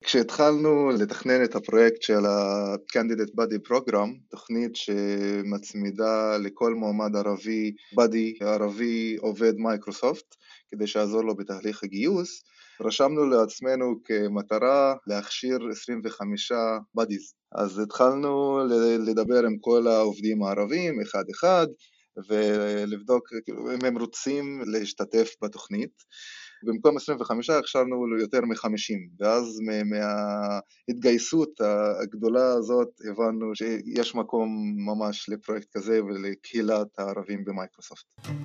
כשהתחלנו לתכנן את הפרויקט של ה-Candidate Buddy Program, תוכנית שמצמידה לכל מועמד ערבי, buddy ערבי עובד מייקרוסופט, כדי שיעזור לו בתהליך הגיוס, רשמנו לעצמנו כמטרה להכשיר 25 buddies. אז התחלנו לדבר עם כל העובדים הערבים, אחד אחד, ולבדוק אם הם רוצים להשתתף בתוכנית. במקום 25 הכשרנו לו יותר מ-50, ואז מההתגייסות הגדולה הזאת הבנו שיש מקום ממש לפרויקט כזה ולקהילת הערבים במייקרוסופט.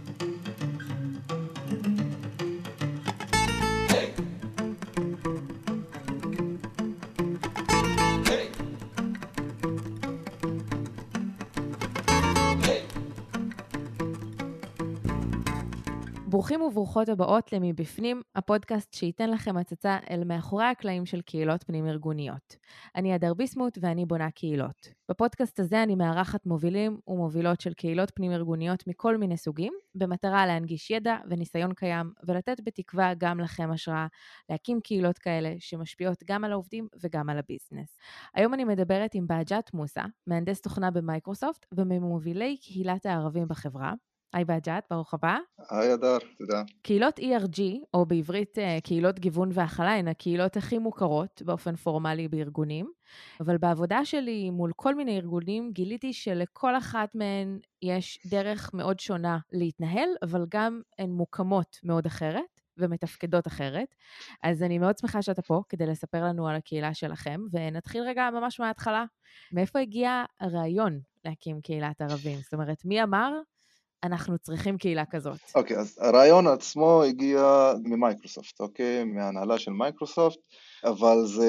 ברוכים וברוכות הבאות למבפנים, הפודקאסט שייתן לכם הצצה אל מאחורי הקלעים של קהילות פנים ארגוניות. אני הדר ביסמוט ואני בונה קהילות. בפודקאסט הזה אני מארחת מובילים ומובילות של קהילות פנים ארגוניות מכל מיני סוגים, במטרה להנגיש ידע וניסיון קיים ולתת בתקווה גם לכם השראה להקים קהילות כאלה שמשפיעות גם על העובדים וגם על הביזנס. היום אני מדברת עם בהג'ת מוסא, מהנדס תוכנה במייקרוסופט וממובילי קהילת הערבים בחברה. היי בהג'ת, ברוך הבא. היי הדר, תודה. קהילות ERG, או בעברית קהילות גיוון והכלה, הן הקהילות הכי מוכרות באופן פורמלי בארגונים, אבל בעבודה שלי מול כל מיני ארגונים גיליתי שלכל אחת מהן יש דרך מאוד שונה להתנהל, אבל גם הן מוקמות מאוד אחרת ומתפקדות אחרת. אז אני מאוד שמחה שאתה פה כדי לספר לנו על הקהילה שלכם, ונתחיל רגע ממש מההתחלה. מאיפה הגיע הרעיון להקים קהילת ערבים? זאת אומרת, מי אמר? אנחנו צריכים קהילה כזאת. אוקיי, אז הרעיון עצמו הגיע ממייקרוסופט, אוקיי? מההנהלה של מייקרוסופט, אבל זה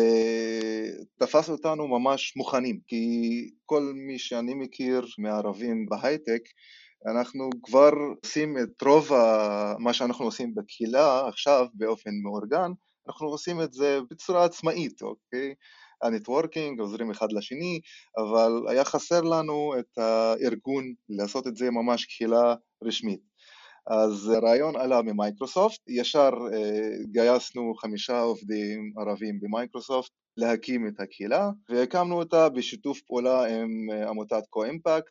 תפס אותנו ממש מוכנים, כי כל מי שאני מכיר מערבים בהייטק, אנחנו כבר עושים את רוב מה שאנחנו עושים בקהילה עכשיו באופן מאורגן, אנחנו עושים את זה בצורה עצמאית, אוקיי? הנטוורקינג, עוזרים אחד לשני, אבל היה חסר לנו את הארגון לעשות את זה ממש קהילה רשמית. אז הרעיון עלה ממייקרוסופט, ישר גייסנו 5 עובדים ערבים במייקרוסופט להקים את הקהילה, והקמנו אותה בשיתוף פעולה עם עמותת קו-אימפקט,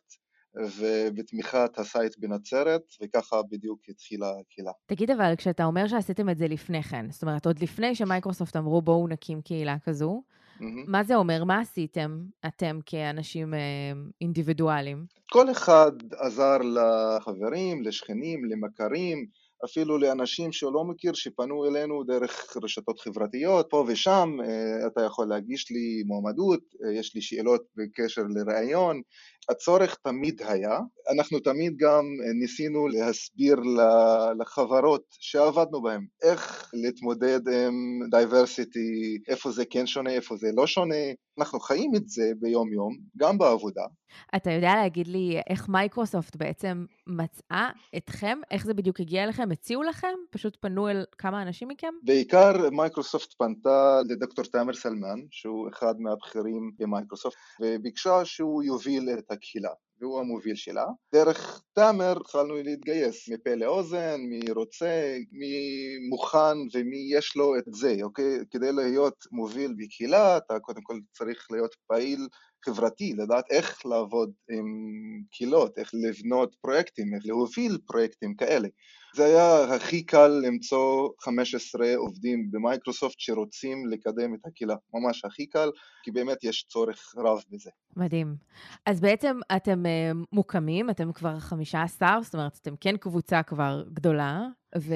ובתמיכת הסייט בנצרת, וככה בדיוק התחילה הקהילה. תגיד אבל, כשאתה אומר שעשיתם את זה לפני כן, זאת אומרת, עוד לפני שמייקרוסופט אמרו בואו נקים קהילה כזו, מה זה אומר? מה עשיתם אתם כאנשים אינדיבידואליים? כל אחד עזר לחברים, לשכנים, למכרים, אפילו לאנשים שלא מכיר שפנו אלינו דרך רשתות חברתיות, פה ושם אתה יכול להגיש לי מועמדות, יש לי שאלות בקשר לרעיון, הצורך תמיד היה, אנחנו תמיד גם ניסינו להסביר לחברות שעבדנו בהן, איך להתמודד עם diversity, איפה זה כן שונה, איפה זה לא שונה, אנחנו חיים את זה ביום יום, גם בעבודה. אתה יודע להגיד לי איך מייקרוסופט בעצם מצאה אתכם? איך זה בדיוק הגיע אליכם? הציעו לכם? פשוט פנו אל כמה אנשים מכם? בעיקר מייקרוסופט פנתה לדוקטור תאמר סלמן, שהוא אחד מהבכירים במייקרוסופט, וביקשה שהוא יוביל את הקהילה, והוא המוביל שלה. דרך תאמר התחלנו להתגייס, מפה לאוזן, מי רוצה, מי מוכן ומי יש לו את זה, אוקיי? כדי להיות מוביל בקהילה, אתה קודם כל צריך להיות פעיל חברתי, לדעת איך לעבוד עם קהילות, איך לבנות פרויקטים, איך להוביל פרויקטים כאלה. זה היה הכי קל למצוא 15 עובדים במייקרוסופט שרוצים לקדם את הקהילה, ממש הכי קל, כי באמת יש צורך רב בזה. מדהים. אז בעצם אתם מוקמים, אתם כבר 15, זאת אומרת, אתם כן קבוצה כבר גדולה,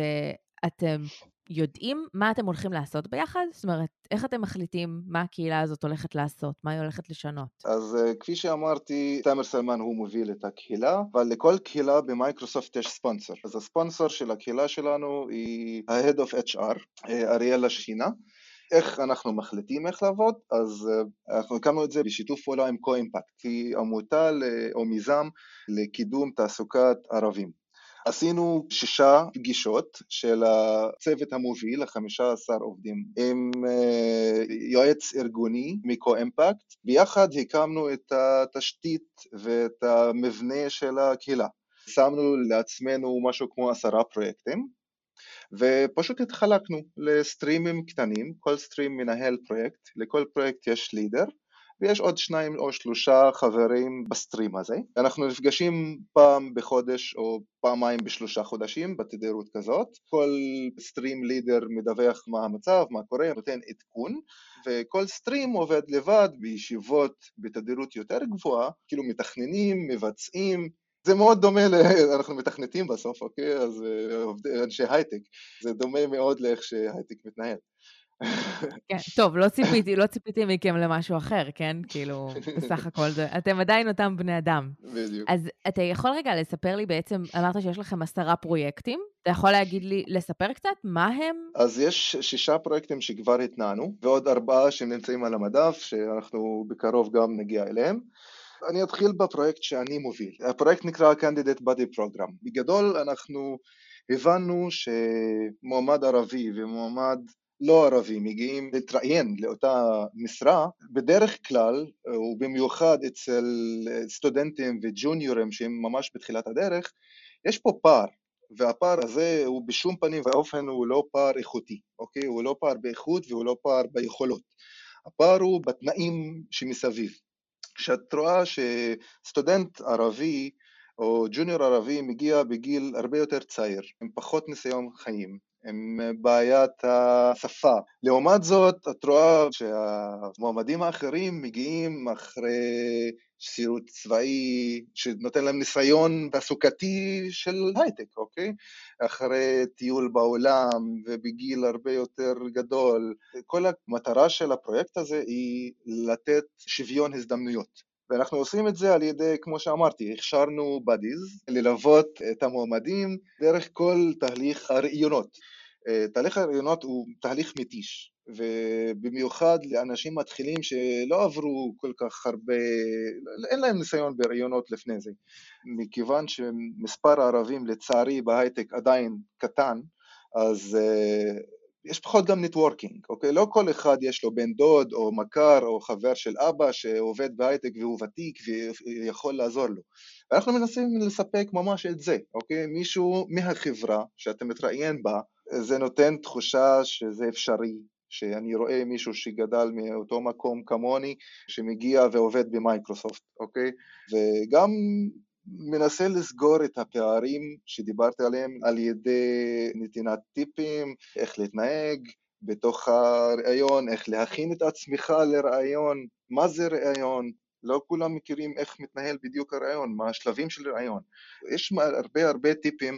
ואתם יודעים מה אתם הולכים לעשות ביחד? זאת אומרת, איך אתם מחליטים מה הקהילה הזאת הולכת לעשות, מה היא הולכת לשנות? אז כפי שאמרתי, תאמר סלמן הוא מוביל את הקהילה, אבל לכל קהילה במייקרוסופט יש ספונסר. אז הספונסר של הקהילה שלנו היא ה-Head of HR, אריאלה שינה. איך אנחנו מחליטים איך לעבוד? אז אנחנו הקמנו את זה בשיתוף פעולה עם קו-אימפקט, היא עמותה או מיזם לקידום תעסוקת ערבים. עשינו 6 פגישות של הצוות המוביל, 15 עובדים, עם יועץ ארגוני מקו-אימפקט. ביחד הקמנו את התשתית ואת המבנה של הקהילה. שמנו לעצמנו משהו כמו 10 פרויקטים, ופשוט התחלקנו לסטרימים קטנים, כל סטרים מנהל פרויקט, לכל פרויקט יש לידר, ויש עוד 2 או 3 חברים בסטרים הזה. אנחנו נפגשים פעם בחודש או פעמיים ב3 חודשים בתדירות כזאת. כל סטרים לידר מדווח מה המצב, מה קורה, נותן עדכון, וכל סטרים עובד לבד בישיבות בתדירות יותר גבוהה, כאילו מתכננים, מבצעים, זה מאוד דומה, אנחנו מתכנתים בסוף, אוקיי? אז אנשי הייטק, זה דומה מאוד לאיך שהייטק מתנהל. כן, טוב, לא ציפיתי מכם למשהו אחר, כן? כאילו, בסך הכל זה, אתם עדיין אותם בני אדם. בדיוק. אז אתה יכול רגע לספר לי בעצם, אמרת שיש לכם 10 פרויקטים, אתה יכול להגיד לי, לספר קצת מה הם? אז יש 6 פרויקטים שכבר התנענו, ועוד 4 שנמצאים על המדף, שאנחנו בקרוב גם נגיע אליהם. אני אתחיל בפרויקט שאני מוביל. הפרויקט נקרא Candidate Body Program. בגדול אנחנו הבנו שמועמד ערבי ומועמד לא ערבי מגיעים להתראיין לאותה משרה, בדרך כלל, ובמיוחד אצל סטודנטים וג'וניורים שהם ממש בתחילת הדרך, יש פה פער, והפער הזה הוא בשום פנים ואופן הוא לא פער איכותי, אוקיי? הוא לא פער באיכות והוא לא פער ביכולות. הפער הוא בתנאים שמסביב. כשאת רואה שסטודנט ערבי או ג'וניור ערבי מגיע בגיל הרבה יותר צעיר, עם פחות ניסיון חיים, עם בעיית השפה. לעומת זאת, את רואה שהמועמדים האחרים מגיעים אחרי שירות צבאי שנותן להם ניסיון תעסוקתי של הייטק, אוקיי? אחרי טיול בעולם ובגיל הרבה יותר גדול. כל המטרה של הפרויקט הזה היא לתת שוויון הזדמנויות. ואנחנו עושים את זה על ידי, כמו שאמרתי, הכשרנו בדיז, ללוות את המועמדים דרך כל תהליך הרעיונות. תהליך הרעיונות הוא תהליך מתיש, ובמיוחד לאנשים מתחילים שלא עברו כל כך הרבה, אין להם ניסיון ברעיונות לפני זה. מכיוון שמספר הערבים לצערי בהייטק עדיין קטן, אז יש פחות גם נטוורקינג, אוקיי? לא כל אחד יש לו בן דוד או מכר או חבר של אבא שעובד בהייטק והוא ותיק ויכול לעזור לו. ואנחנו מנסים לספק ממש את זה, אוקיי? מישהו מהחברה שאתה מתראיין בה, זה נותן תחושה שזה אפשרי, שאני רואה מישהו שגדל מאותו מקום כמוני, שמגיע ועובד במייקרוסופט, אוקיי? וגם מנסה לסגור את הפערים שדיברתי עליהם על ידי נתינת טיפים, איך להתנהג בתוך הרעיון, איך להכין את עצמך לרעיון, מה זה רעיון, לא כולם מכירים איך מתנהל בדיוק הרעיון, מה השלבים של רעיון. יש הרבה טיפים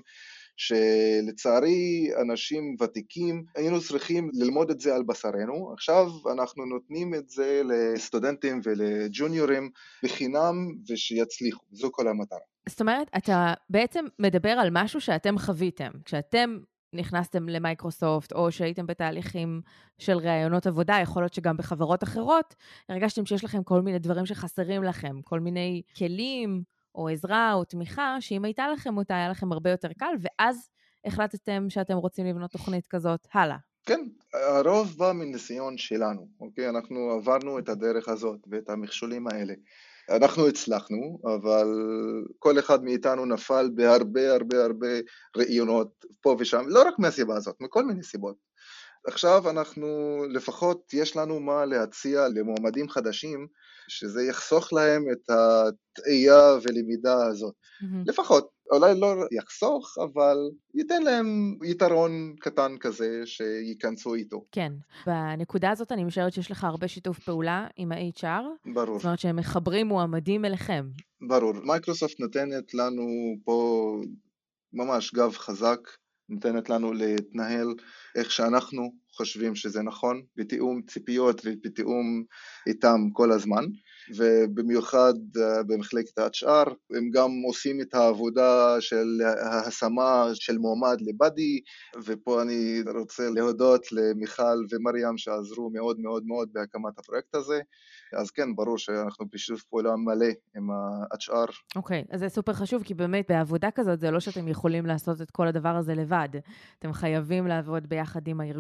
שלצערי אנשים ותיקים היינו צריכים ללמוד את זה על בשרנו, עכשיו אנחנו נותנים את זה לסטודנטים ולג'וניורים בחינם ושיצליחו, זו כל המטרה. זאת אומרת, אתה בעצם מדבר על משהו שאתם חוויתם, כשאתם נכנסתם למייקרוסופט, או שהייתם בתהליכים של ראיונות עבודה, יכול להיות שגם בחברות אחרות, הרגשתם שיש לכם כל מיני דברים שחסרים לכם, כל מיני כלים, או עזרה, או תמיכה, שאם הייתה לכם אותה, היה לכם הרבה יותר קל, ואז החלטתם שאתם רוצים לבנות תוכנית כזאת הלאה. כן, הרוב בא מניסיון שלנו, אוקיי? אנחנו עברנו את הדרך הזאת ואת המכשולים האלה. אנחנו הצלחנו, אבל כל אחד מאיתנו נפל בהרבה רעיונות פה ושם, לא רק מהסיבה הזאת, מכל מיני סיבות. עכשיו אנחנו, לפחות יש לנו מה להציע למועמדים חדשים, שזה יחסוך להם את התאייה ולמידה הזאת. לפחות, אולי לא יחסוך, אבל ייתן להם יתרון קטן כזה שייכנסו איתו. כן. בנקודה הזאת אני משערת שיש לך הרבה שיתוף פעולה עם ה-HR. ברור. זאת אומרת שהם מחברים מועמדים אליכם. ברור. מייקרוסופט נותנת לנו פה ממש גב חזק, נותנת לנו להתנהל איך שאנחנו חושבים שזה נכון, בתיאום ציפיות ובתיאום איתם כל הזמן, ובמיוחד במחלקת ה-HR, הם גם עושים את העבודה של ההשמה של מועמד לבדי, ופה אני רוצה להודות למיכל ומריאם שעזרו מאוד בהקמת הפרויקט הזה, אז כן, ברור שאנחנו בשיתוף פעולה מלא עם ה-HR. אוקיי, אז זה סופר חשוב, כי באמת בעבודה כזאת זה לא שאתם יכולים לעשות את כל הדבר הזה לבד. אתם חייבים לעבוד ביחד עם הארגון,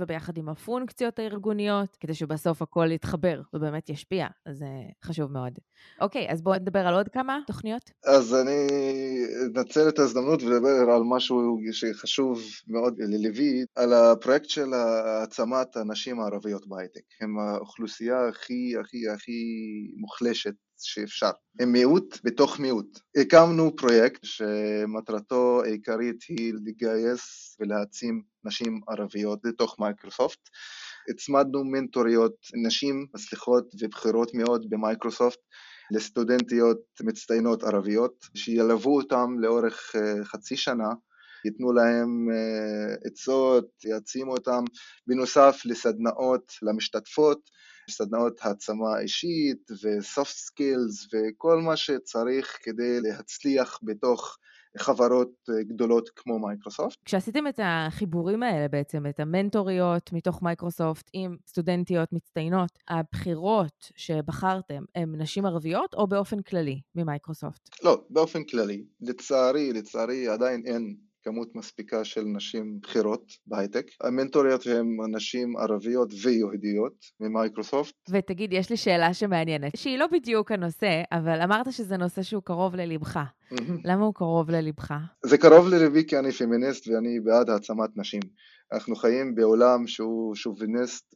וביחד עם הפונקציות הארגוניות, כדי שבסוף הכל יתחבר ובאמת ישפיע. אז זה חשוב מאוד. אוקיי, אז בואו נדבר על עוד כמה תוכניות. אז אני אנצל את ההזדמנות ולדבר על משהו שחשוב מאוד ללוי, על הפרויקט של העצמת הנשים הערביות בהייטק. הם האוכלוסייה הכי מוחלשת שאפשר. הם מיעוט בתוך מיעוט. הקמנו פרויקט שמטרתו העיקרית היא לגייס ולהעצים נשים ערביות בתוך מייקרוסופט. הצמדנו מנטוריות, נשים מצליחות ובחירות מאוד במייקרוסופט, לסטודנטיות מצטיינות ערביות, שילוו אותם לאורך חצי שנה, ייתנו להם עצות, יעצימו אותם, בנוסף לסדנאות למשתתפות, סדנאות העצמה אישית ו-soft skills וכל מה שצריך כדי להצליח בתוך חברות גדולות כמו מייקרוסופט. כשעשיתם את החיבורים האלה בעצם, את המנטוריות מתוך מייקרוסופט עם סטודנטיות מצטיינות, הבחירות שבחרתם הן נשים ערביות או באופן כללי ממייקרוסופט? לא, באופן כללי. לצערי עדיין אין כמות מספיקה של נשים בחירות בהייטק. המנטוריות הן נשים ערביות ויהודיות ממייקרוסופט. ותגיד, יש לי שאלה שמעניינת, שהיא לא בדיוק הנושא, אבל אמרת שזה נושא שהוא קרוב ללבך. למה הוא קרוב ללבך? זה קרוב ללבי כי אני פמיניסט ואני בעד העצמת נשים. אנחנו חיים בעולם שהוא שוביניסט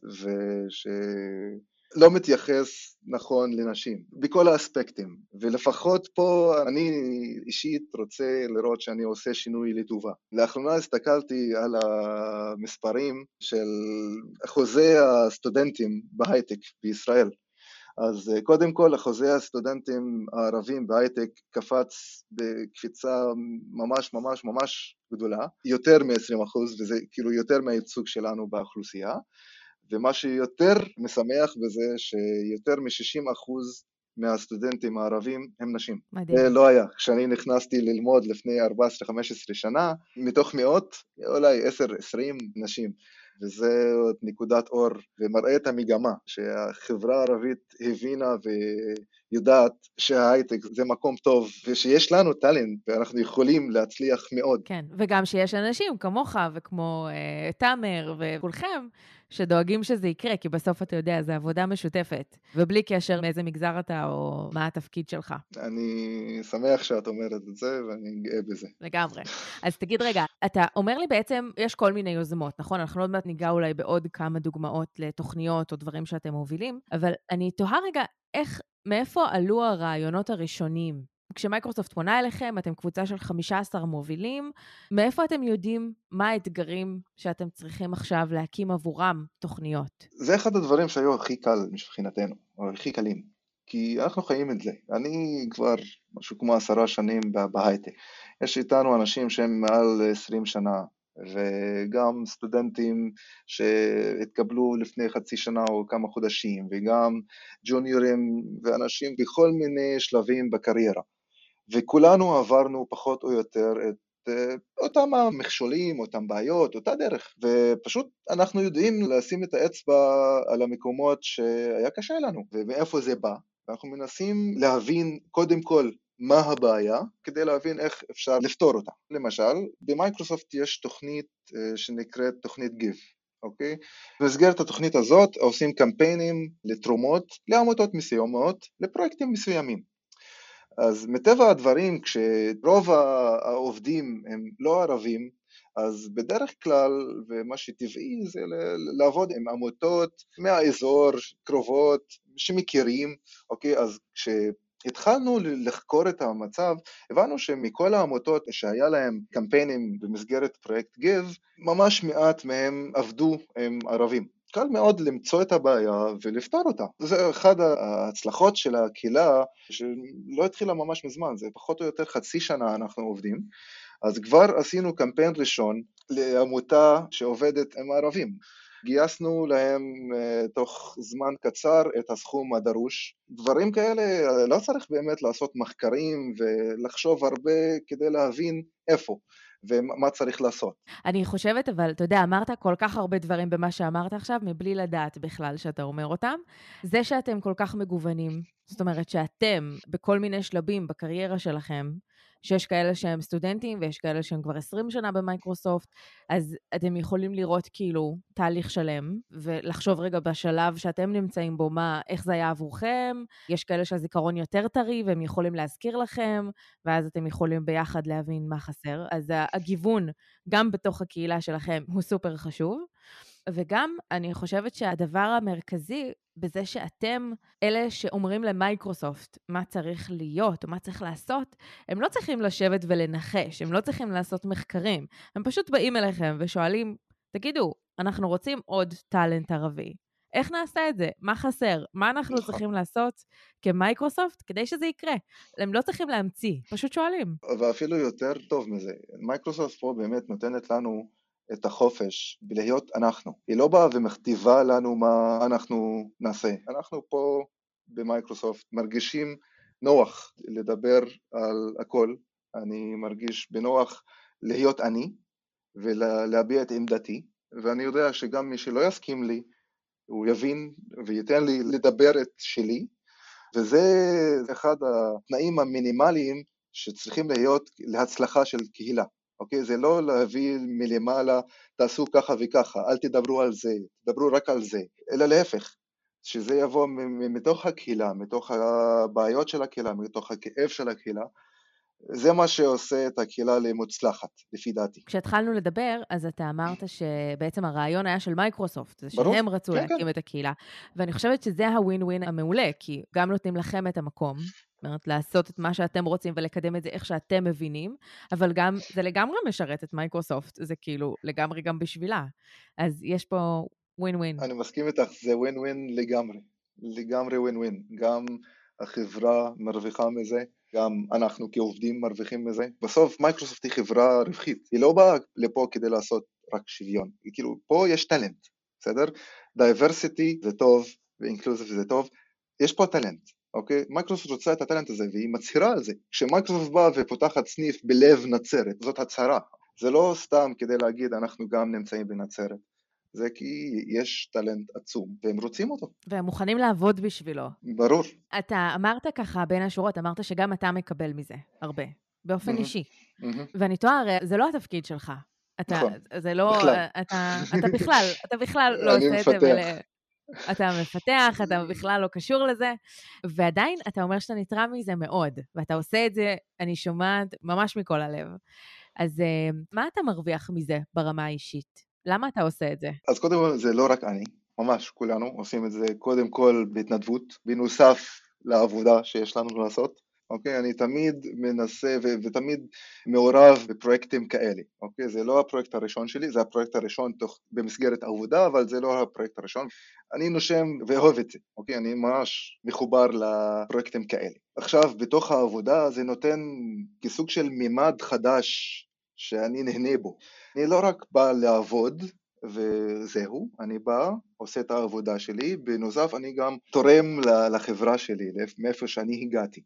לא מתייחס נכון לנשים, בכל האספקטים, ולפחות פה אני אישית רוצה לראות שאני עושה שינוי לטובה. לאחרונה הסתכלתי על המספרים של אחוזי הסטודנטים בהייטק בישראל, אז קודם כל אחוזי הסטודנטים הערבים בהייטק קפץ בקפיצה ממש גדולה, יותר מ-20%, וזה כאילו יותר מהייצוג שלנו באוכלוסייה, ומה שיותר משמח בזה שיותר מ-60% מהסטודנטים הערבים הם נשים. מדהים. זה לא היה. כשאני נכנסתי ללמוד לפני 14-15 שנה, מתוך מאות, אולי 10-20 נשים. וזה נקודת אור ומראה את המגמה שהחברה הערבית הבינה ויודעת שההייטק זה מקום טוב ושיש לנו טלנט ואנחנו יכולים להצליח מאוד. כן, וגם שיש אנשים כמוך וכמו תאמר וכולכם שדואגים שזה יקרה, כי בסוף אתה יודע, זה עבודה משותפת, ובלי קשר מאיזה מגזר אתה או מה התפקיד שלך. אני שמח שאת אומרת את זה ואני גאה בזה. לגמרי. אז תגיד רגע, אתה אומר לי בעצם, יש כל מיני יוזמות, נכון? אנחנו עוד מעט ניגע אולי בעוד כמה דוגמאות לתוכניות או דברים שאתם מובילים, אבל אני תוהה רגע, מאיפה עלו הרעיונות הראשונים? כשמייקרוסופט פונה אליכם, אתם קבוצה של 15 מובילים, מאיפה אתם יודעים מה האתגרים שאתם צריכים עכשיו להקים עבורם תוכניות? זה אחד הדברים שהיו הכי קל מבחינתנו, או הכי קלים, כי אנחנו חיים את זה. אני כבר משהו כמו 10 שנים בהייטק. יש איתנו אנשים שהם מעל 20 שנה, וגם סטודנטים שהתקבלו לפני חצי שנה או כמה חודשים, וגם ג'וניורים ואנשים בכל מיני שלבים בקריירה. וכולנו עברנו פחות או יותר את אותם המכשולים, אותם בעיות, אותה דרך, ופשוט אנחנו יודעים לשים את האצבע על המקומות שהיה קשה לנו, ומאיפה זה בא. אנחנו מנסים להבין קודם כל מה הבעיה, כדי להבין איך אפשר לפתור אותה. למשל, במייקרוסופט יש תוכנית שנקראת תוכנית גיב. אוקיי? במסגרת התוכנית הזאת עושים קמפיינים לתרומות, לעמותות מסוימות, לפרויקטים מסוימים. אז מטבע הדברים, כשרוב העובדים הם לא ערבים, אז בדרך כלל, ומה שטבעי זה לעבוד עם עמותות מהאזור, קרובות, שמכירים, אוקיי? אז כשהתחלנו לחקור את המצב, הבנו שמכל העמותות שהיה להם קמפיינים במסגרת פרויקט גיב, ממש מעט מהם עבדו עם ערבים. קל מאוד למצוא את הבעיה ולפתור אותה. זה אחד ההצלחות של הקהילה שלא התחילה ממש מזמן, זה פחות או יותר חצי שנה אנחנו עובדים, אז כבר עשינו קמפיין ראשון לעמותה שעובדת עם ערבים. גייסנו להם תוך זמן קצר את הסכום הדרוש. דברים כאלה לא צריך באמת לעשות מחקרים ולחשוב הרבה כדי להבין איפה. ומה צריך לעשות. אני חושבת, אבל אתה יודע, אמרת כל כך הרבה דברים במה שאמרת עכשיו, מבלי לדעת בכלל שאתה אומר אותם. זה שאתם כל כך מגוונים, זאת אומרת שאתם בכל מיני שלבים בקריירה שלכם, שיש כאלה שהם סטודנטים ויש כאלה שהם כבר 20 שנה במייקרוסופט, אז אתם יכולים לראות כאילו תהליך שלם, ולחשוב רגע בשלב שאתם נמצאים בו, איך זה היה עבורכם, יש כאלה שהזיכרון יותר טרי והם יכולים להזכיר לכם, ואז אתם יכולים ביחד להבין מה חסר. אז הגיוון גם בתוך הקהילה שלכם הוא סופר חשוב. וגם אני חושבת שהדבר המרכזי בזה שאתם אלה שאומרים למייקרוסופט מה צריך להיות או מה צריך לעשות, הם לא צריכים לשבת ולנחש, הם לא צריכים לעשות מחקרים, הם פשוט באים אליכם ושואלים, תגידו, אנחנו רוצים עוד טלנט ערבי. איך נעשה את זה? מה חסר? מה אנחנו צריכים לעשות כמייקרוסופט כדי שזה יקרה? הם לא צריכים להמציא, פשוט שואלים. ואפילו יותר טוב מזה, מייקרוסופט פה באמת נותנת לנו את החופש בלהיות אנחנו. היא לא באה ומכתיבה לנו מה אנחנו נעשה. אנחנו פה במייקרוסופט מרגישים נוח לדבר על הכל. אני מרגיש בנוח להיות אני ולהביע את עמדתי, ואני יודע שגם מי שלא יסכים לי, הוא יבין וייתן לי לדבר את שלי, וזה אחד התנאים המינימליים שצריכים להיות להצלחה של קהילה. אוקיי? זה לא להביא מלמעלה, תעשו ככה וככה, אל תדברו על זה, תדברו רק על זה, אלא להפך, שזה יבוא מתוך הקהילה, מתוך הבעיות של הקהילה, מתוך הכאב של הקהילה, זה מה שעושה את הקהילה למוצלחת, לפי דעתי. כשהתחלנו לדבר, אז אתה אמרת שבעצם הרעיון היה של מייקרוסופט, זה ברור? שהם רצו כן, כן. להקים את הקהילה. ואני חושבת שזה הווין ווין המעולה, כי גם נותנים לכם את המקום, זאת אומרת, לעשות את מה שאתם רוצים ולקדם את זה איך שאתם מבינים, אבל גם, זה לגמרי משרת את מייקרוסופט, זה כאילו לגמרי גם בשבילה. אז יש פה ווין ווין. אני מסכים איתך, זה ווין ווין לגמרי, לגמרי ווין ווין, גם החברה מרוויחה מזה, גם אנחנו כעובדים מרוויחים מזה. בסוף מייקרוסופט היא חברה רווחית, היא לא באה לפה כדי לעשות רק שוויון, כאילו פה יש טלנט, בסדר? דייברסיטי זה טוב ואינקלוסיב זה טוב, יש פה טלנט, אוקיי? מייקרוסופט רוצה את הטלנט הזה והיא מצהירה על זה. כשמייקרוסופט באה ופותחת סניף בלב נצרת, זאת הצהרה, זה לא סתם כדי להגיד אנחנו גם נמצאים בנצרת. זה כי יש טלנט עצום, והם רוצים אותו. והם מוכנים לעבוד בשבילו. ברור. אתה אמרת ככה בין השורות, אמרת שגם אתה מקבל מזה הרבה, באופן אישי. ואני טועה, הרי זה לא התפקיד שלך. נכון. זה לא, בכלל. אתה בכלל לא אני עושה את זה, מפתח. אתה מפתח, אתה בכלל לא קשור לזה, ועדיין אתה אומר שאתה נתרם מזה מאוד, ואתה עושה את זה, אני שומעת ממש מכל הלב. אז מה אתה מרוויח מזה ברמה האישית? למה אתה עושה את זה? אז קודם כל זה לא רק אני, ממש כולנו עושים את זה קודם כל בהתנדבות, בנוסף לעבודה שיש לנו לעשות. אוקיי, אני תמיד מנסה ותמיד מעורב בפרויקטים כאלה, אוקיי, זה לא הפרויקט הראשון שלי, זה הפרויקט הראשון במסגרת עבודה, אבל זה לא הפרויקט הראשון, אני נושם ואוהב את זה, אוקיי, אני ממש מחובר לפרויקטים כאלה. עכשיו, בתוך העבודה זה נותן כסוג של מימד חדש שאני נהנה בו, אני לא רק בא לעבוד וזהו, אני בא, עושה את העבודה שלי, בנוסף אני גם תורם לחברה שלי, מאיפה שאני הגעתי.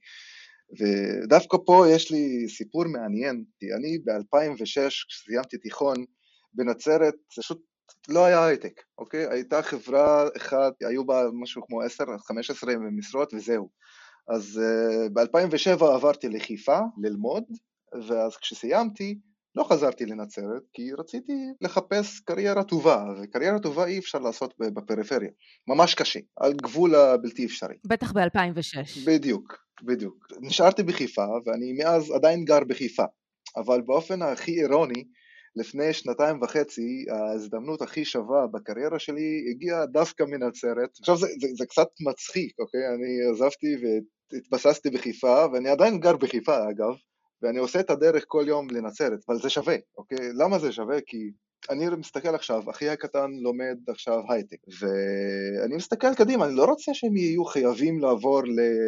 ודווקא פה יש לי סיפור מעניין, כי אני ב-2006 כשסיימתי תיכון בנצרת, פשוט לא היה הייטק, אוקיי? הייתה חברה אחת, היו בה משהו כמו 10-15 משרות וזהו. אז ב-2007 עברתי לחיפה ללמוד, ואז כשסיימתי לא חזרתי לנצרת, כי רציתי לחפש קריירה טובה, וקריירה טובה אי אפשר לעשות בפריפריה, ממש קשה, על גבול הבלתי אפשרי. בטח ב-2006. בדיוק, בדיוק. נשארתי בחיפה, ואני מאז עדיין גר בחיפה, אבל באופן הכי אירוני, לפני 2.5, ההזדמנות הכי שווה בקריירה שלי הגיעה דווקא מנצרת. עכשיו זה קצת מצחיק, אוקיי? אני עזבתי והתבססתי בחיפה, ואני עדיין גר בחיפה אגב, ואני עושה את הדרך כל יום לנצרת, אבל זה שווה, אוקיי? למה זה שווה? כי אני מסתכל עכשיו, אחי הקטן לומד עכשיו הייטק, ואני מסתכל קדימה, אני לא רוצה שהם יהיו חייבים לעבור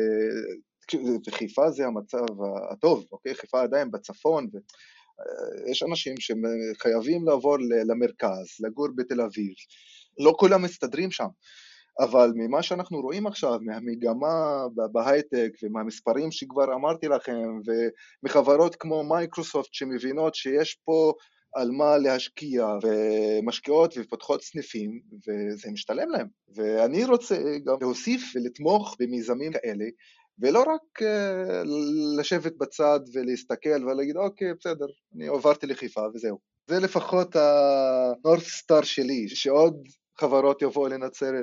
חיפה זה המצב הטוב, אוקיי? חיפה עדיין בצפון, ויש אנשים שחייבים לעבור למרכז, לגור בתל אביב, לא כולם מסתדרים שם. אבל ממה שאנחנו רואים עכשיו, מהמגמה בהייטק ומהמספרים שכבר אמרתי לכם, ומחברות כמו מייקרוסופט שמבינות שיש פה על מה להשקיע, ומשקיעות ופותחות סניפים, וזה משתלם להם. ואני רוצה גם להוסיף ולתמוך במיזמים כאלה, ולא רק לשבת בצד ולהסתכל ולהגיד אוקיי בסדר, אני עברתי לחיפה וזהו. זה לפחות הנורת' סטאר שלי, שעוד חברות יבואו לנצרת,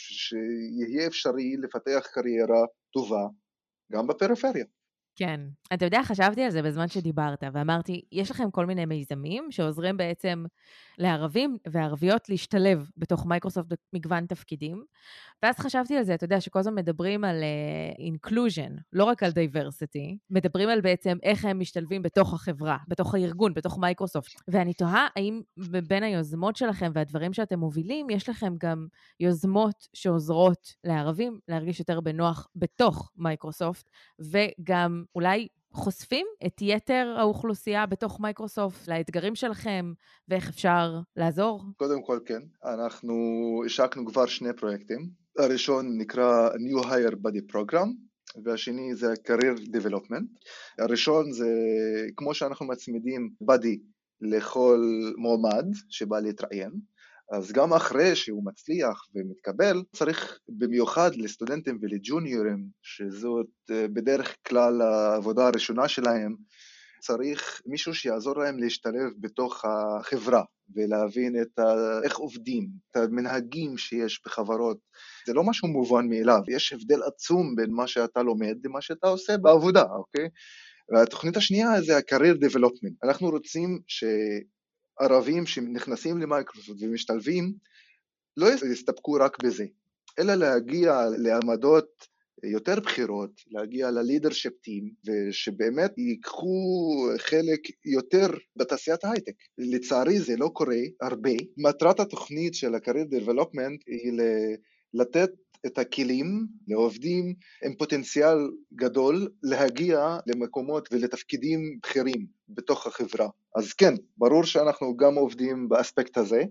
שיהיה אפשרי לפתח קריירה טובה גם בפריפריה. כן. אתה יודע, חשבתי על זה בזמן שדיברת, ואמרתי, יש לכם כל מיני מיזמים שעוזרים בעצם לערבים וערביות להשתלב בתוך מייקרוסופט במגוון תפקידים, ואז חשבתי על זה, אתה יודע, שכל הזמן מדברים על inclusion, לא רק על diversity, מדברים על בעצם איך הם משתלבים בתוך החברה, בתוך הארגון, בתוך מייקרוסופט. ואני תוהה, האם בין היוזמות שלכם והדברים שאתם מובילים, יש לכם גם יוזמות שעוזרות לערבים להרגיש יותר בנוח בתוך מייקרוסופט, וגם אולי חושפים את יתר האוכלוסייה בתוך מייקרוסופט לאתגרים שלכם, ואיך אפשר לעזור? קודם כל כן, אנחנו השקנו כבר 2 פרויקטים. הראשון נקרא New Hire Buddy Program, והשני זה Career Development. הראשון זה כמו שאנחנו מצמידים buddy לכל מועמד שבא להתראיין, אז גם אחרי שהוא מצליח ומתקבל, צריך במיוחד לסטודנטים ולג'וניורים, שזאת בדרך כלל העבודה הראשונה שלהם, צריך מישהו שיעזור להם להשתלב בתוך החברה, ולהבין איך עובדים, את המנהגים שיש בחברות. זה לא משהו מובן מאליו, יש הבדל עצום בין מה שאתה לומד למה שאתה עושה בעבודה, אוקיי? והתוכנית השנייה זה ה-Career Development. אנחנו רוצים שערבים שנכנסים למייקרוסופט ומשתלבים, לא יסתפקו רק בזה, אלא להגיע לעמדות יותר בחירות, להגיע ללידרשיפ טים, ושבאמת ייקחו חלק יותר בתעשיית ההייטק. לצערי זה לא קורה הרבה. מטרת התוכנית של ה-Career Development היא לתת את הכלים לעובדים עם פוטנציאל גדול להגיע למקומות ולתפקידים בכירים בתוך החברה. אז כן, ברור שאנחנו גם עובדים באספקט הזה,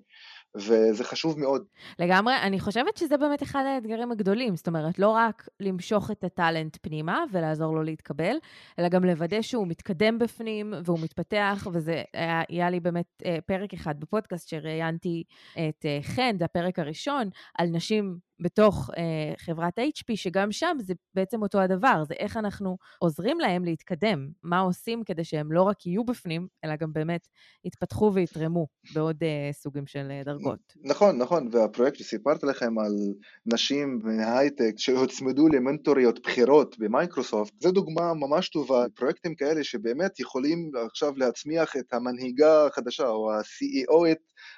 וזה חשוב מאוד. לגמרי, אני חושבת שזה באמת אחד האתגרים הגדולים, זאת אומרת, לא רק למשוך את הטלנט פנימה ולעזור לו להתקבל, אלא גם לוודא שהוא מתקדם בפנים והוא מתפתח, וזה היה לי באמת פרק אחד בפודקאסט שראיינתי את חן, זה הפרק הראשון, על נשים בתוך חברת HP, שגם שם זה בעצם אותו הדבר, זה איך אנחנו עוזרים להם להתקדם, מה עושים כדי שהם לא רק יהיו בפנים, אלא גם באמת יתפתחו ויתרמו בעוד סוגים של דרגות. נכון, נכון, והפרויקט שסיפרתי לכם על נשים מההייטק שהוצמדו למנטוריות בחירות במייקרוסופט, זו דוגמה ממש טובה, פרויקטים כאלה שבאמת יכולים עכשיו להצמיח את המנהיגה החדשה, או ה-CEO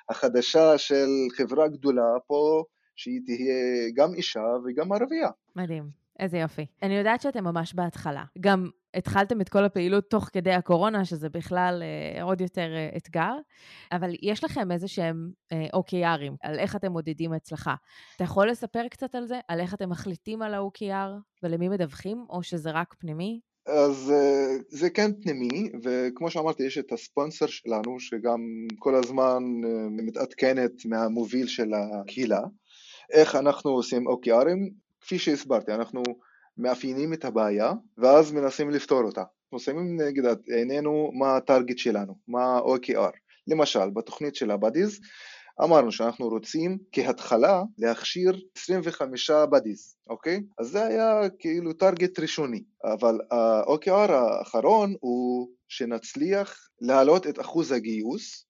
החדשה של חברה גדולה פה, שהיא תהיה גם אישה וגם ערבייה. מדהים. איזה יופי. אני יודעת שאתם ממש בהתחלה. גם התחלתם את כל הפעילות תוך כדי הקורונה, שזה בכלל עוד יותר אתגר, אבל יש לכם איזה שהם OKRים, על איך אתם מודדים הצלחה. אתה יכול לספר קצת על זה? על איך אתם מחליטים על ה-OKR, ולמי מדווחים, או שזה רק פנימי? אז זה כן פנימי, וכמו שאמרתי, יש את הספונסר שלנו, שגם כל הזמן מתעדכנת מהמוביל של הקהילה. איך אנחנו עושים OKRים? כפי שהסברתי, אנחנו מאפיינים את הבעיה, ואז מנסים לפתור אותה. אנחנו שמים נגד עינינו מה הטרגט שלנו, מה ה-OKR. למשל, בתוכנית של הבאדיז, אמרנו שאנחנו רוצים כהתחלה להכשיר 25 בדיז, אוקיי? אז זה היה כאילו טרגט ראשוני, אבל ה-OKR האחרון הוא שנצליח להעלות את אחוז הגיוס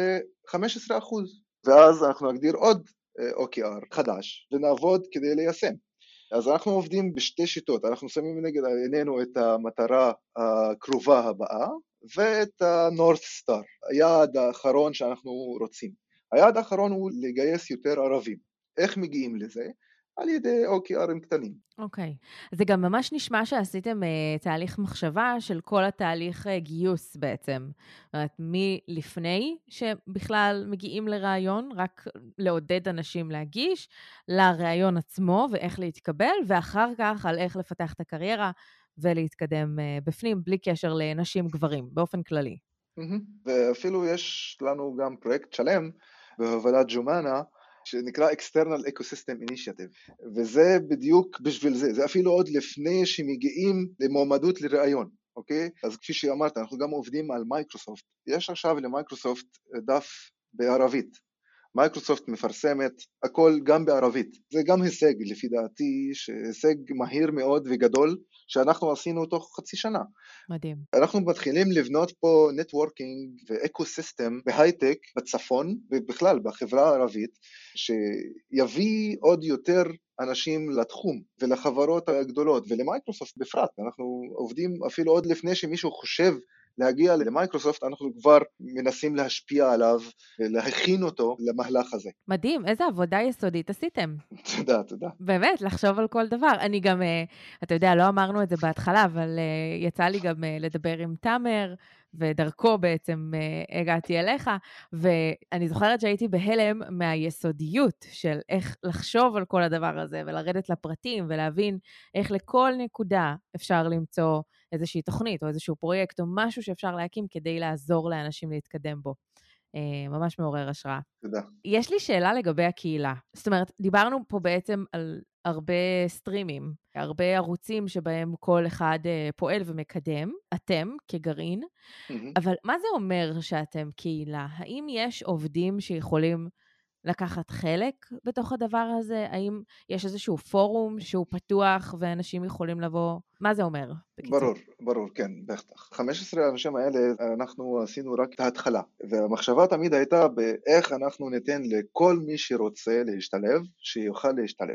ב-15%, ואז אנחנו נגדיר עוד OKR חדש ונעבוד כדי ליישם. אז אנחנו עובדים בשתי שיטות, אנחנו שמים נגד עינינו את המטרה הקרובה הבאה ואת ה-North Star, היעד האחרון שאנחנו רוצים. היעד האחרון הוא לגייס יותר ערבים. איך מגיעים לזה? על ידי OKRים קטנים. אוקיי. זה גם ממש נשמע שעשיתם תהליך מחשבה של כל התהליך גיוס בעצם. זאת אומרת, מלפני שבכלל מגיעים לרעיון, רק לעודד אנשים להגיש, לרעיון עצמו ואיך להתקבל, ואחר כך על איך לפתח את הקריירה ולהתקדם בפנים, בלי קשר לנשים גברים, באופן כללי. ואפילו יש לנו גם פרויקט שלם בהובלת ג'ומאנה, שנקרא External Ecosystem Initiative, וזה בדיוק בשביל זה, זה אפילו עוד לפני שמגיעים למועמדות לראיון, אוקיי? אז כפי שאמרת, אנחנו גם עובדים על מייקרוסופט, יש עכשיו למייקרוסופט דף בערבית, מייקרוסופט מפרסמת הכל גם בערבית. זה גם הישג לפי דעתי, הישג מהיר מאוד וגדול, שאנחנו עשינו תוך חצי שנה. מדהים. אנחנו מתחילים לבנות פה נטוורקינג ואקוסיסטם בהייטק בצפון ובכלל בחברה הערבית, שיביא עוד יותר אנשים לתחום ולחברות הגדולות ולמייקרוסופט בפרט. אנחנו עובדים אפילו עוד לפני שמישהו חושב להגיע למייקרוסופט, אנחנו כבר מנסים להשפיע עליו ולהכין אותו למהלך הזה. מדהים, איזה עבודה יסודית עשיתם. תודה, תודה. באמת, לחשוב על כל דבר. אני גם, אתה יודע, לא אמרנו את זה בהתחלה, אבל יצא לי גם לדבר עם תאמר, ודרכו בעצם הגעתי אליך, ואני זוכרת שהייתי בהלם מהיסודיות של איך לחשוב על כל הדבר הזה, ולרדת לפרטים, ולהבין איך לכל נקודה אפשר למצוא איזושהי תוכנית, או איזשהו פרויקט, או משהו שאפשר להקים כדי לעזור לאנשים להתקדם בו. ממש מעורר השראה. תודה. יש לי שאלה לגבי הקהילה. זאת אומרת, דיברנו פה בעצם על הרבה סטרימים, הרבה ערוצים שבהם כל אחד פועל ומקדם, אתם כגרעין, אבל מה זה אומר שאתם קהילה? האם יש עובדים שיכולים לקחת חלק בתוך הדבר הזה? האם יש איזשהו פורום שהוא פתוח ואנשים יכולים לבוא? מה זה אומר? בקיצור? ברור, כן, בטח. 15 האנשים האלה, אנחנו עשינו רק את ההתחלה, והמחשבה תמיד הייתה באיך אנחנו ניתן לכל מי שרוצה להשתלב, שיוכל להשתלב.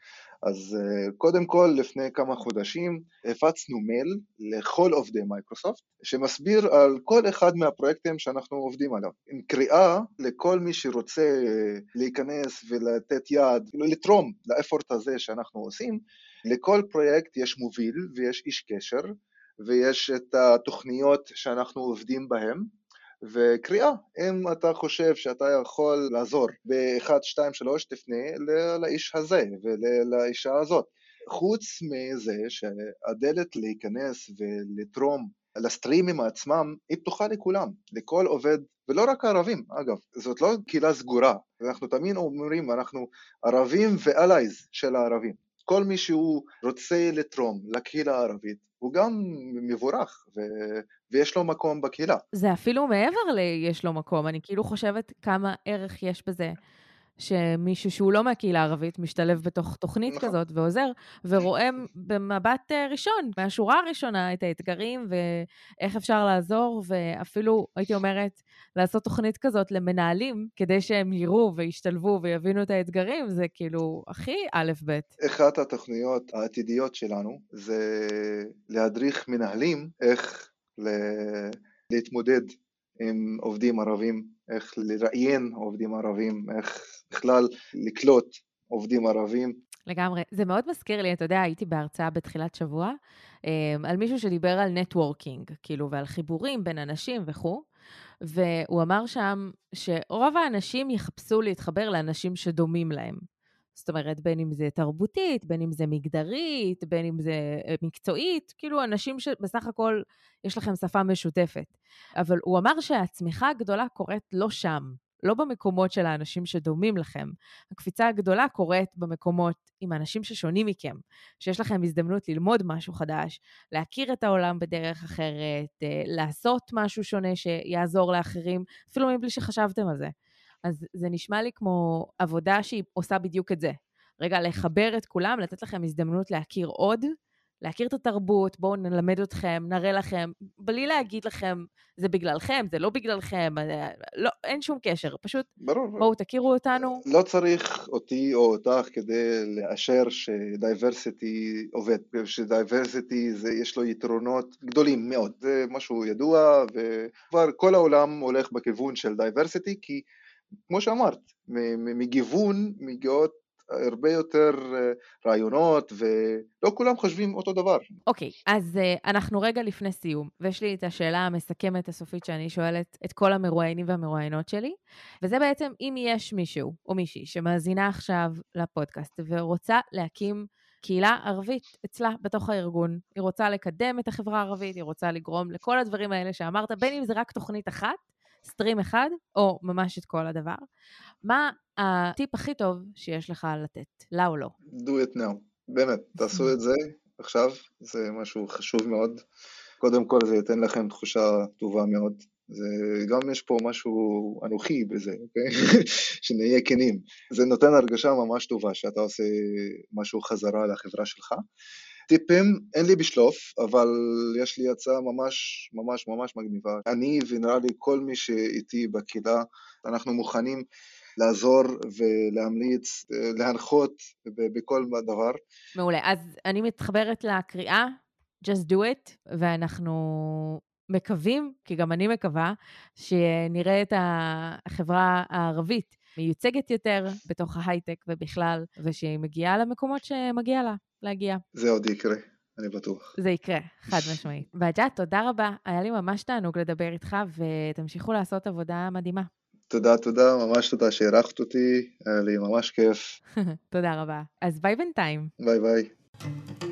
אז קודם כל, לפני כמה חודשים, הפצנו מייל לכל עובדי מייקרוסופט, שמסביר על כל אחד מהפרויקטים שאנחנו עובדים עליו. עם קריאה לכל מי שרוצה להיכנס ולתת יד, לתרום לאפורט הזה שאנחנו עושים. לכל פרויקט יש מוביל ויש איש קשר, ויש את התוכניות שאנחנו עובדים בהן, וקריאה, אם אתה חושב שאתה יכול לעזור ב-1, 2, 3, תפנה לאיש הזה ולאישה הזאת. חוץ מזה שהדלת להיכנס ולתרום לסטרימים עצמם, היא פתוחה לכולם, לכל עובד, ולא רק ערבים, אגב, זאת לא קהילה סגורה, אנחנו תמיד אומרים, אנחנו ערבים ואלייז של הערבים. כל מי שהוא רוצה לתרום לקהילה הערבית, הוא גם מבורך, ויש לו מקום בקהילה. זה אפילו מעבר יש לו מקום, אני כאילו חושבת כמה ערך יש בזה, שמישהו שהוא לא מהקהילה הערבית משתלב בתוך תוכנית כזאת ועוזר, ורואה במבט ראשון, מהשורה הראשונה, את האתגרים ואיך אפשר לעזור, ואפילו, הייתי אומרת, לעשות תוכנית כזאת למנהלים, כדי שהם יראו וישתלבו ויבינו את האתגרים, זה כאילו הכי א' ב'. אחת התוכניות העתידיות שלנו, זה להדריך מנהלים איך להתמודד עם עובדים ערבים, איך לראיין עובדים ערבים, איך בכלל לקלוט עובדים ערבים. לגמרי. זה מאוד מזכיר לי, אתה יודע, הייתי בהרצאה בתחילת שבוע, על מישהו שדיבר על נטוורקינג, כאילו, ועל חיבורים בין אנשים וכו', והוא אמר שם שרוב האנשים יחפשו להתחבר לאנשים שדומים להם. זאת אומרת, בין אם זה תרבותית, בין אם זה מגדרית, בין אם זה מקצועית, כאילו אנשים שבסך הכל יש לכם שפה משותפת. אבל הוא אמר שהצמיחה הגדולה קורית לא שם, לא במקומות של האנשים שדומים לכם. הקפיצה הגדולה קורית במקומות עם האנשים ששונים מכם, שיש לכם הזדמנות ללמוד משהו חדש, להכיר את העולם בדרך אחרת, לעשות משהו שונה שיעזור לאחרים, אפילו מבלי שחשבתם על זה. אז זה נשמע לי כמו עבודה שהיא עושה בדיוק את זה. רגע, לחבר את כולם, לתת לכם הזדמנות להכיר עוד, להכיר את התרבות, בואו נלמד אתכם, נראה לכם, בלי להגיד לכם, זה בגללכם, זה לא בגללכם, לא, אין שום קשר, פשוט ברור. בואו תכירו אותנו. לא צריך אותי או אותך כדי לאשר שדייברסיטי עובד, שדייברסיטי יש לו יתרונות גדולים מאוד, זה משהו ידוע, וכבר כל העולם הולך בכיוון של דייברסיטי, כי כמו שאמרת, מגיוון מגיעות הרבה יותר רעיונות, ולא כולם חושבים אותו דבר. אוקיי, אז אנחנו רגע לפני סיום, ויש לי את השאלה המסכמת הסופית שאני שואלת את כל המרואיינים והמרואיינות שלי, וזה בעצם אם יש מישהו או מישהי שמאזינה עכשיו לפודקאסט, ורוצה להקים קהילה ערבית אצלה בתוך הארגון, היא רוצה לקדם את החברה הערבית, היא רוצה לגרום לכל הדברים האלה שאמרת, בין אם זה רק תוכנית אחת, סטרים אחד, או ממש את כל הדבר. מה הטיפ הכי טוב שיש לך לתת? לה או לא? Do it now. באמת, תעשו את זה עכשיו, זה משהו חשוב מאוד. קודם כל זה ייתן לכם תחושה טובה מאוד, גם יש פה משהו אנוכי בזה, אוקיי? שנהיה כנים. זה נותן הרגשה ממש טובה שאתה עושה משהו חזרה לחברה שלך. טיפים אין לי בשלוף, אבל יש לי הצעה ממש ממש ממש מגניבה. אני ונראה לי כל מי שאיתי בקהילה, אנחנו מוכנים לעזור ולהמליץ, להנחות בכל דבר. מעולה. אז אני מתחברת לקריאה, just do it, ואנחנו מקווים, כי גם אני מקווה, שנראה את החברה הערבית מיוצגת יותר בתוך ההייטק ובכלל, ושהיא מגיעה למקומות שמגיע לה להגיע. זה עוד יקרה, אני בטוח. זה יקרה, חד משמעית. והג'ת, תודה רבה. היה לי ממש תענוג לדבר איתך, ותמשיכו לעשות עבודה מדהימה. תודה, ממש תודה שהערכת אותי, היה לי ממש כיף. תודה רבה. אז ביי בינתיים. ביי ביי.